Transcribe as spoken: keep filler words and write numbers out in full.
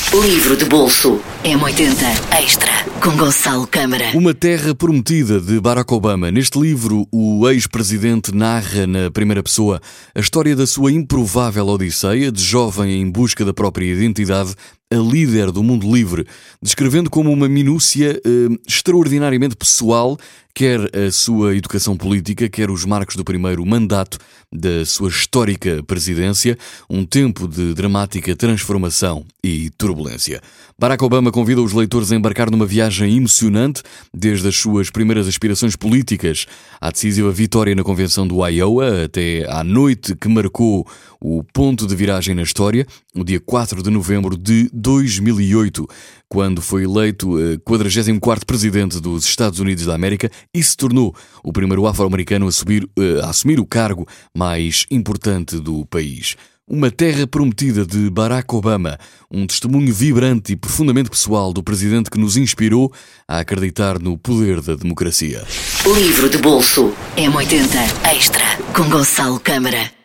Livro de bolso M oitenta Extra com Gonçalo Câmara. Uma Terra Prometida, de Barack Obama. Neste livro, o ex-presidente narra na primeira pessoa a história da sua improvável odisseia de jovem em busca da própria identidade, a líder do mundo livre, descrevendo como uma minúcia eh, extraordinariamente pessoal, quer a sua educação política, quer os marcos do primeiro mandato da sua histórica presidência, um tempo de dramática transformação e turbulência. Barack Obama convida os leitores a embarcar numa viagem emocionante, desde as suas primeiras aspirações políticas à decisiva vitória na convenção do Iowa, até à noite que marcou o ponto de viragem na história, o dia quatro de novembro de dois mil e oito, quando foi eleito quadragésimo quarto presidente dos Estados Unidos da América e se tornou o primeiro afro-americano a, subir, a assumir o cargo mais importante do país. Uma Terra Prometida, de Barack Obama, um testemunho vibrante e profundamente pessoal do presidente que nos inspirou a acreditar no poder da democracia. Livro de bolso M oitenta Extra com Gonçalo Câmara.